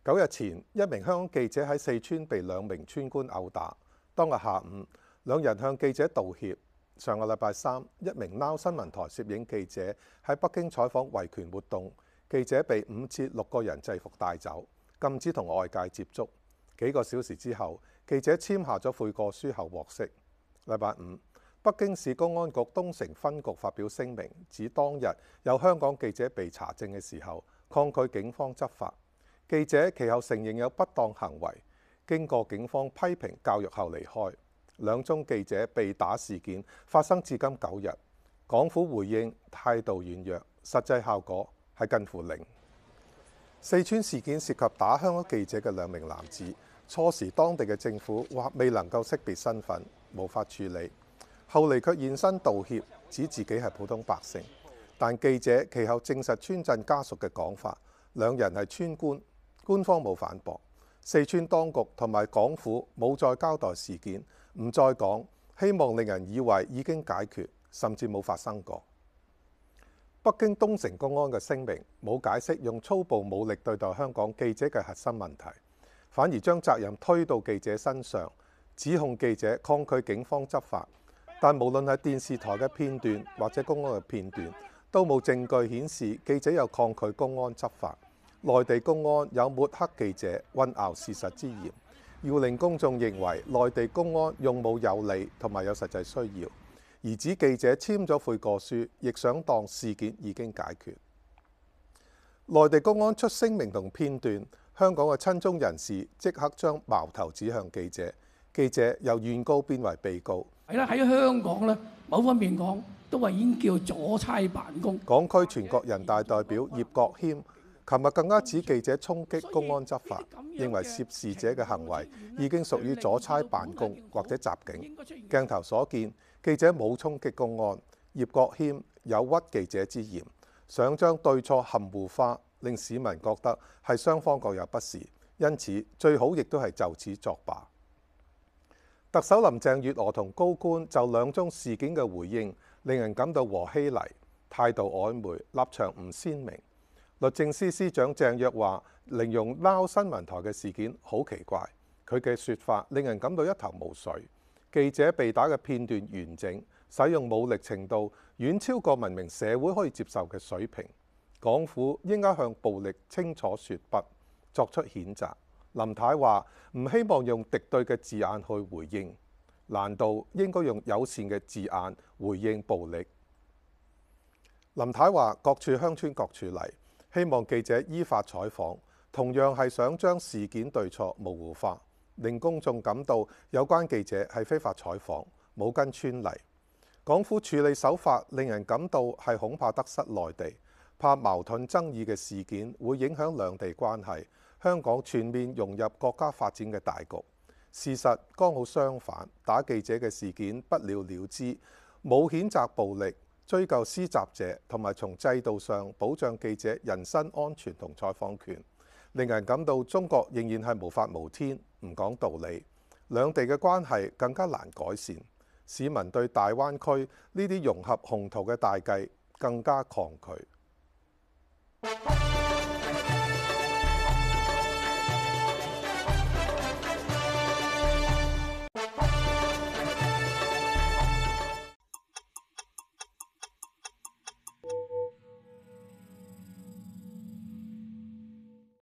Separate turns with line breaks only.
9日前，一名香港記者喺四川被兩名村官毆打。當日下午，兩人向記者道歉。上個禮拜三，一名 Now 新聞台攝影記者喺北京採訪維權活動，記者被5至6個人制服帶走，禁止同外界接觸。幾個小時之後，記者簽下咗悔過書後獲釋。禮拜五，北京市公安局東城分局發表聲明，指當日有香港記者被查證嘅時候，抗拒警方執法。記者其後承認有不當行為，經過警方批評教育後離開。兩宗記者被打事件發生至今9日，港府回應態度軟弱，實際效果係近乎零。四川事件涉及打香港記者嘅兩名男子，初時當地嘅政府或未能夠識別身份，無法處理，後嚟卻現身道歉，指自己係普通百姓。但記者其後證實村鎮家屬嘅講法，兩人係村官。官方冇反駁，四川當局同埋港府冇再交代事件，唔再講，希望令人以為已經解決，甚至冇發生過。北京東城公安嘅聲明冇解釋用粗暴武力對待香港記者嘅核心問題，反而將責任推到記者身上，指控記者抗拒警方執法。但無論係電視台嘅片段或者公安嘅片段，都冇證據顯示記者有抗拒公安執法。內地公安有抹黑記者、混淆事實之嫌，要令公眾認為內地公安用武有理同埋有實際需要，而指記者簽咗悔過書，亦想當事件已經解決。內地公安出聲明同片段，香港嘅親中人士即刻將矛頭指向記者，記者由原告變為被告。
係啦，喺香港咧，某方面講都話已經叫阻差辦公。
港區全國人大代表葉國謙琴日更加指記者衝擊公安執法，認為涉事者嘅行為已經屬於阻差辦公或者襲警。鏡頭所見，記者冇衝擊公安，葉國謙有屈記者之嫌，想將對錯含糊化，令市民覺得係雙方各有不是，因此最好亦都係就此作罷。特首林鄭月娥同高官就兩宗事件嘅回應，令人感到和稀泥，態度曖昧，立場唔鮮明。律政司司長鄭若驊形容 Now 新聞台嘅事件好奇怪，佢嘅說法令人感到一頭霧水。記者被打嘅片段完整，使用武力程度遠超過文明社會可以接受嘅水平。港府應該向暴力清楚說不，作出譴責。林太話唔希望用敵對嘅字眼去回應，難道應該用友善嘅字眼回應暴力？林太話各處鄉村各處嚟，希望記者依法採訪，同樣係想將事件對錯模糊化，令公眾感到有關記者係非法採訪，冇跟村例。港府處理手法令人感到係恐怕得失內地，怕矛盾爭議嘅事件會影響兩地關係，香港全面融入國家發展嘅大局。事實剛好相反，打記者嘅事件不了了之，冇譴責暴力，追究施襲者，同埋從制度上保障記者人身安全同採訪權，令人感到中國仍然係無法無天，唔講道理，兩地嘅關係更加難改善。市民對大灣區呢啲融合宏圖嘅大計更加抗拒。